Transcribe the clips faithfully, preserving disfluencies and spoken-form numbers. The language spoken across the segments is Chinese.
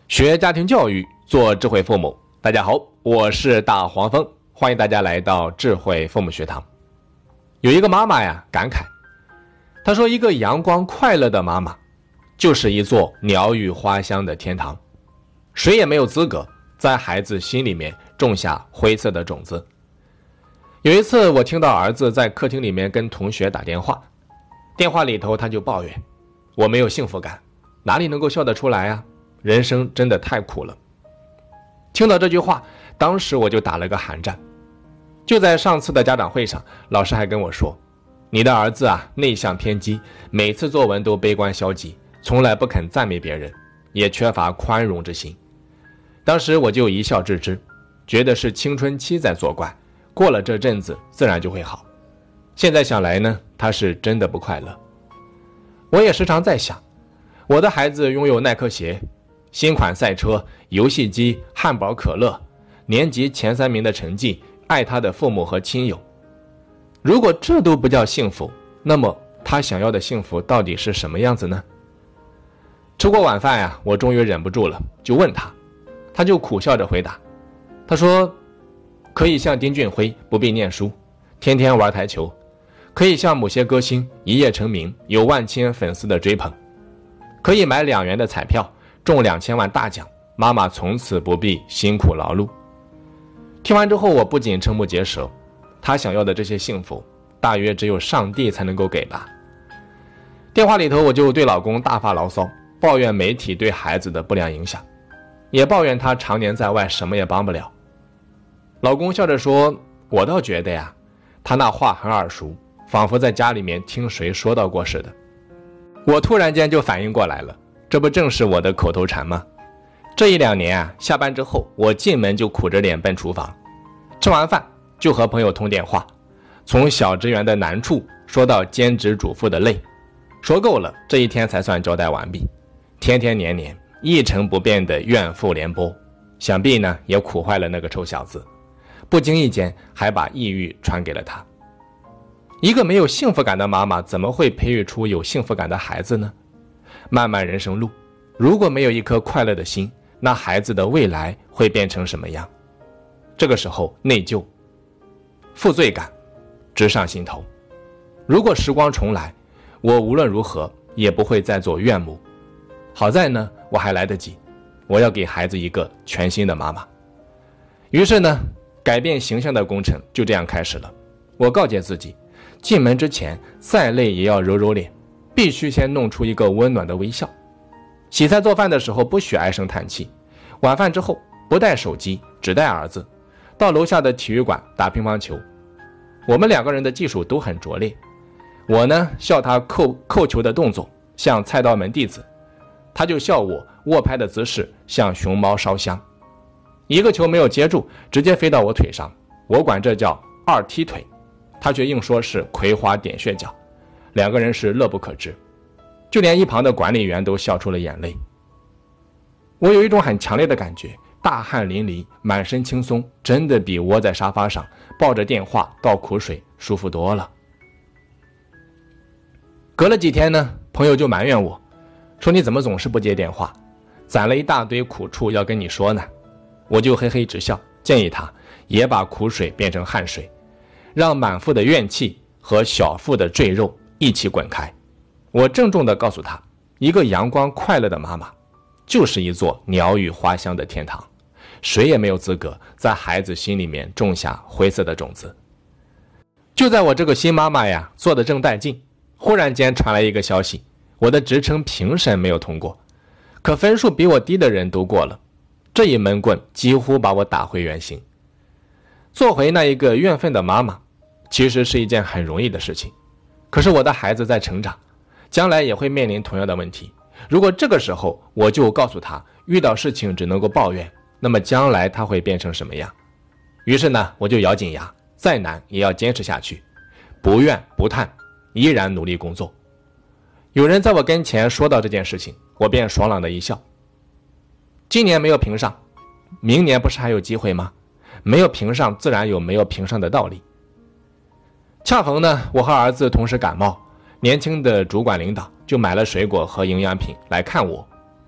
学家庭教育，做智慧父母。大家好，我是大黄蜂，欢迎大家来到智慧父母学堂。有一个妈妈呀，感慨，她说一个阳光快乐的妈妈，就是一座鸟语花香的天堂，谁也没有资格在孩子心里面种下灰色的种子。有一次我听到儿子在客厅里面跟同学打电话，电话里头他就抱怨，我没有幸福感，哪里能够笑得出来啊？人生真的太苦了。听到这句话，当时我就打了个寒战。就在上次的家长会上，老师还跟我说，你的儿子啊，内向偏激，每次作文都悲观消极，从来不肯赞美别人，也缺乏宽容之心。当时我就一笑置之，觉得是青春期在作怪，过了这阵子自然就会好。现在想来呢，他是真的不快乐。我也时常在想，我的孩子拥有耐克鞋、新款赛车、游戏机、汉堡可乐，年级前三名的成绩，爱他的父母和亲友。如果这都不叫幸福，那么他想要的幸福到底是什么样子呢？吃过晚饭呀，我终于忍不住了，就问他，他就苦笑着回答，他说可以像丁俊晖不必念书，天天玩台球，可以像某些歌星一夜成名，有万千粉丝的追捧，可以买两元的彩票中两千万大奖，妈妈从此不必辛苦劳碌。听完之后，我不仅瞠目结舌，他想要的这些幸福，大约只有上帝才能够给吧。电话里头我就对老公大发牢骚，抱怨媒体对孩子的不良影响，也抱怨他常年在外什么也帮不了。老公笑着说，我倒觉得呀，他那话很耳熟，仿佛在家里面听谁说到过似的。我突然间就反应过来了，这不正是我的口头禅吗？这一两年啊，下班之后我进门就苦着脸奔厨房，吃完饭就和朋友通电话，从小职员的难处说到兼职主妇的累，说够了，这一天才算交代完毕。天天年年一成不变的怨妇联播，想必呢也苦坏了那个臭小子，不经意间还把抑郁传给了他。一个没有幸福感的妈妈，怎么会培育出有幸福感的孩子呢？漫漫人生路，如果没有一颗快乐的心，那孩子的未来会变成什么样？这个时候内疚、负罪感直上心头。如果时光重来，我无论如何也不会再做怨母。好在呢，我还来得及，我要给孩子一个全新的妈妈。于是呢，改变形象的工程就这样开始了。我告诫自己，进门之前再累也要揉揉脸，必须先弄出一个温暖的微笑。洗菜做饭的时候不许唉声叹气，晚饭之后不带手机，只带儿子，到楼下的体育馆打乒乓球。我们两个人的技术都很拙劣，我呢笑他扣扣球的动作像菜刀门弟子，他就笑我握拍的姿势像熊猫烧香。一个球没有接住，直接飞到我腿上，我管这叫二踢腿，他却硬说是葵花点穴脚，两个人是乐不可支，就连一旁的管理员都笑出了眼泪。我有一种很强烈的感觉，大汗淋漓，满身轻松，真的比窝在沙发上抱着电话倒苦水舒服多了。隔了几天呢，朋友就埋怨我，说你怎么总是不接电话，攒了一大堆苦处要跟你说呢。我就嘿嘿直笑，建议他也把苦水变成汗水，让满腹的怨气和小腹的赘肉一起滚开。我郑重地告诉他，一个阳光快乐的妈妈就是一座鸟语花香的天堂，谁也没有资格在孩子心里面种下灰色的种子。就在我这个新妈妈呀做得正带劲，忽然间传来一个消息，我的职称评审没有通过，可分数比我低的人都过了。这一闷棍几乎把我打回原形。做回那一个怨愤的妈妈其实是一件很容易的事情，可是我的孩子在成长，将来也会面临同样的问题。如果这个时候我就告诉他遇到事情只能够抱怨，那么将来他会变成什么样？于是呢，我就咬紧牙，再难也要坚持下去，不怨不叹，依然努力工作。有人在我跟前说到这件事情，我便爽朗的一笑。今年没有评上，明年不是还有机会吗？没有评上自然有没有评上的道理。恰逢呢，我和儿子同时感冒，年轻的主管领导就买了水果和营养品来看我。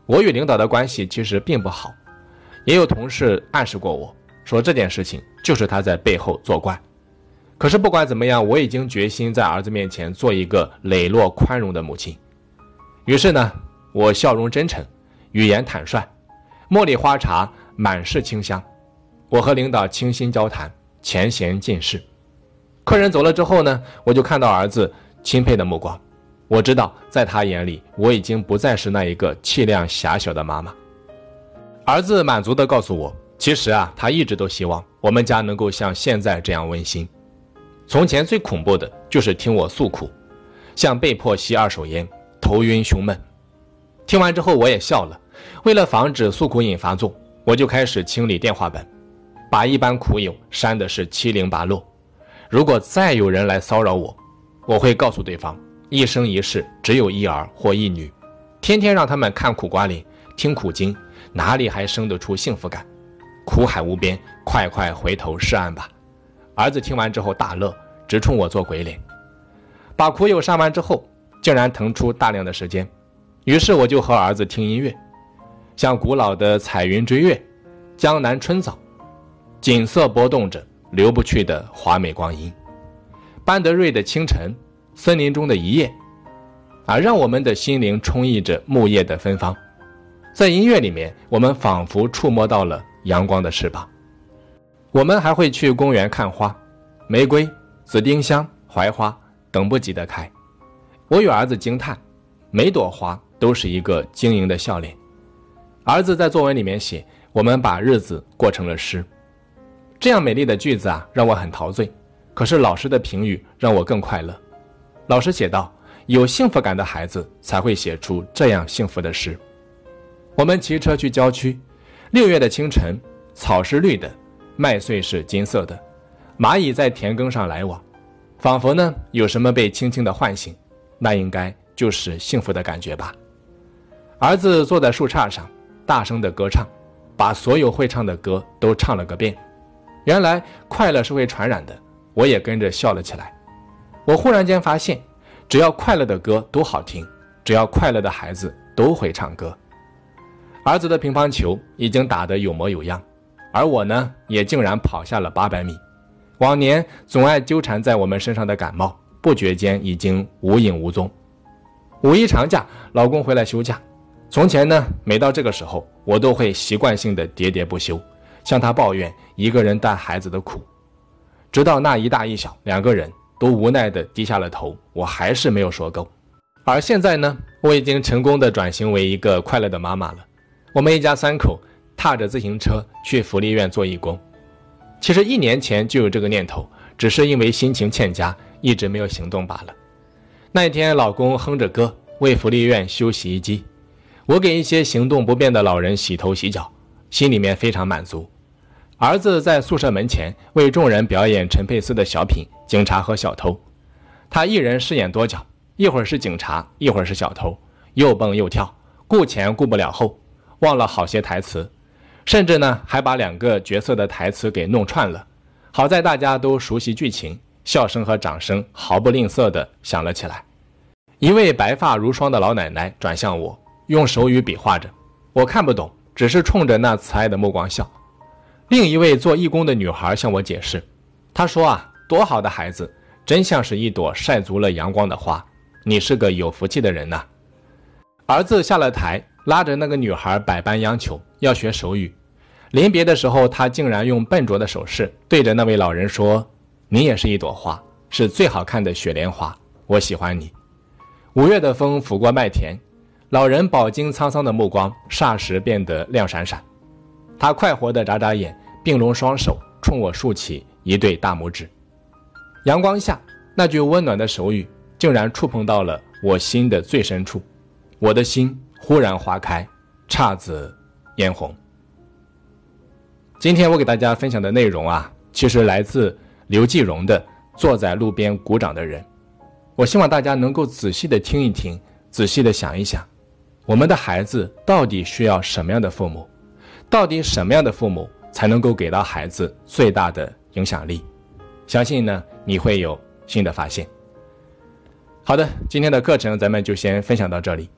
我与领导的关系其实并不好，也有同事暗示过我，说这件事情就是他在背后作怪。可是不管怎么样，我已经决心在儿子面前做一个磊落宽容的母亲。于是呢，我笑容真诚，语言坦率，茉莉花茶满是清香。我和领导倾心交谈，前贤尽释。客人走了之后呢，我就看到儿子钦佩的目光。我知道在他眼里，我已经不再是那一个气量狭小的妈妈。儿子满足地告诉我，其实啊，他一直都希望我们家能够像现在这样温馨。从前最恐怖的就是听我诉苦，像被迫吸二手烟，头晕胸闷。听完之后我也笑了，为了防止诉苦瘾发作，我就开始清理电话本，把一般苦友删的是七零八落。如果再有人来骚扰我，我会告诉对方，一生一世只有一儿或一女，天天让他们看苦瓜脸，听苦经，哪里还生得出幸福感？苦海无边，快快回头是岸吧。儿子听完之后大乐，直冲我做鬼脸。把苦友删完之后，竟然腾出大量的时间，于是我就和儿子听音乐，像古老的彩云追月，江南春早，锦瑟波动着流不去的华美光阴，班德瑞的清晨，森林中的一夜，啊，让我们的心灵充溢着木叶的芬芳。在音乐里面，我们仿佛触摸到了阳光的翅膀。我们还会去公园看花，玫瑰、紫丁香、槐花等不及地开。我与儿子惊叹，每朵花都是一个晶莹的笑脸。儿子在作文里面写，我们把日子过成了诗。这样美丽的句子啊，让我很陶醉。可是老师的评语让我更快乐。老师写道，有幸福感的孩子才会写出这样幸福的诗。我们骑车去郊区，六月的清晨，草是绿的，麦穗是金色的，蚂蚁在田埂上来往，仿佛呢有什么被轻轻的唤醒，那应该就是幸福的感觉吧。儿子坐在树杈上，大声的歌唱，把所有会唱的歌都唱了个遍。原来快乐是会传染的，我也跟着笑了起来。我忽然间发现，只要快乐的歌都好听，只要快乐的孩子都会唱歌。儿子的乒乓球已经打得有模有样，而我呢，也竟然跑下了八百米。往年总爱纠缠在我们身上的感冒，不觉间已经无影无踪。五一长假，老公回来休假。从前呢，每到这个时候，我都会习惯性的喋喋不休，向他抱怨一个人带孩子的苦。直到那一大一小两个人都无奈地低下了头，我还是没有说够。而现在呢，我已经成功地转型为一个快乐的妈妈了。我们一家三口踏着自行车去福利院做义工。其实一年前就有这个念头，只是因为心情欠佳，一直没有行动罢了。那一天，老公哼着歌为福利院修洗衣机，我给一些行动不便的老人洗头洗脚，心里面非常满足。儿子在宿舍门前为众人表演陈佩斯的小品《警察和小偷》，他一人饰演多角，一会儿是警察，一会儿是小偷，又蹦又跳，顾前顾不了后，忘了好些台词，甚至呢还把两个角色的台词给弄串了。好在大家都熟悉剧情，笑声和掌声毫不吝啬地响了起来。一位白发如霜的老奶奶转向我，用手语比划着，我看不懂，只是冲着那慈爱的目光笑。另一位做义工的女孩向我解释，她说啊，多好的孩子，真像是一朵晒足了阳光的花，你是个有福气的人呐。儿子下了台，拉着那个女孩百般央求要学手语。临别的时候，他竟然用笨拙的手势对着那位老人说，你也是一朵花，是最好看的雪莲花，我喜欢你。五月的风拂过麦田，老人饱经沧桑的目光霎时变得亮闪闪。他快活地眨眨眼，并拢双手冲我竖起一对大拇指。阳光下，那句温暖的手语竟然触碰到了我心的最深处，我的心忽然花开，姹紫嫣红。今天我给大家分享的内容啊，其实来自刘继荣的《坐在路边鼓掌的人》。我希望大家能够仔细的听一听，仔细的想一想，我们的孩子到底需要什么样的父母？到底什么样的父母才能够给到孩子最大的影响力？相信呢，你会有新的发现。好的，今天的课程咱们就先分享到这里。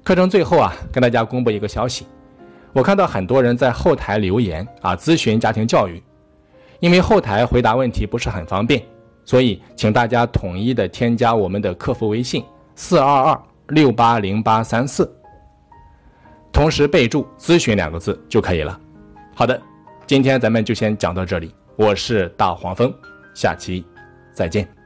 课程最后啊，跟大家公布一个消息，我看到很多人在后台留言啊，咨询家庭教育，因为后台回答问题不是很方便，所以请大家统一的添加我们的客服微信四二二六八零八三四，同时备注咨询两个字就可以了。好的，今天咱们就先讲到这里，我是大黄蜂，下期再见。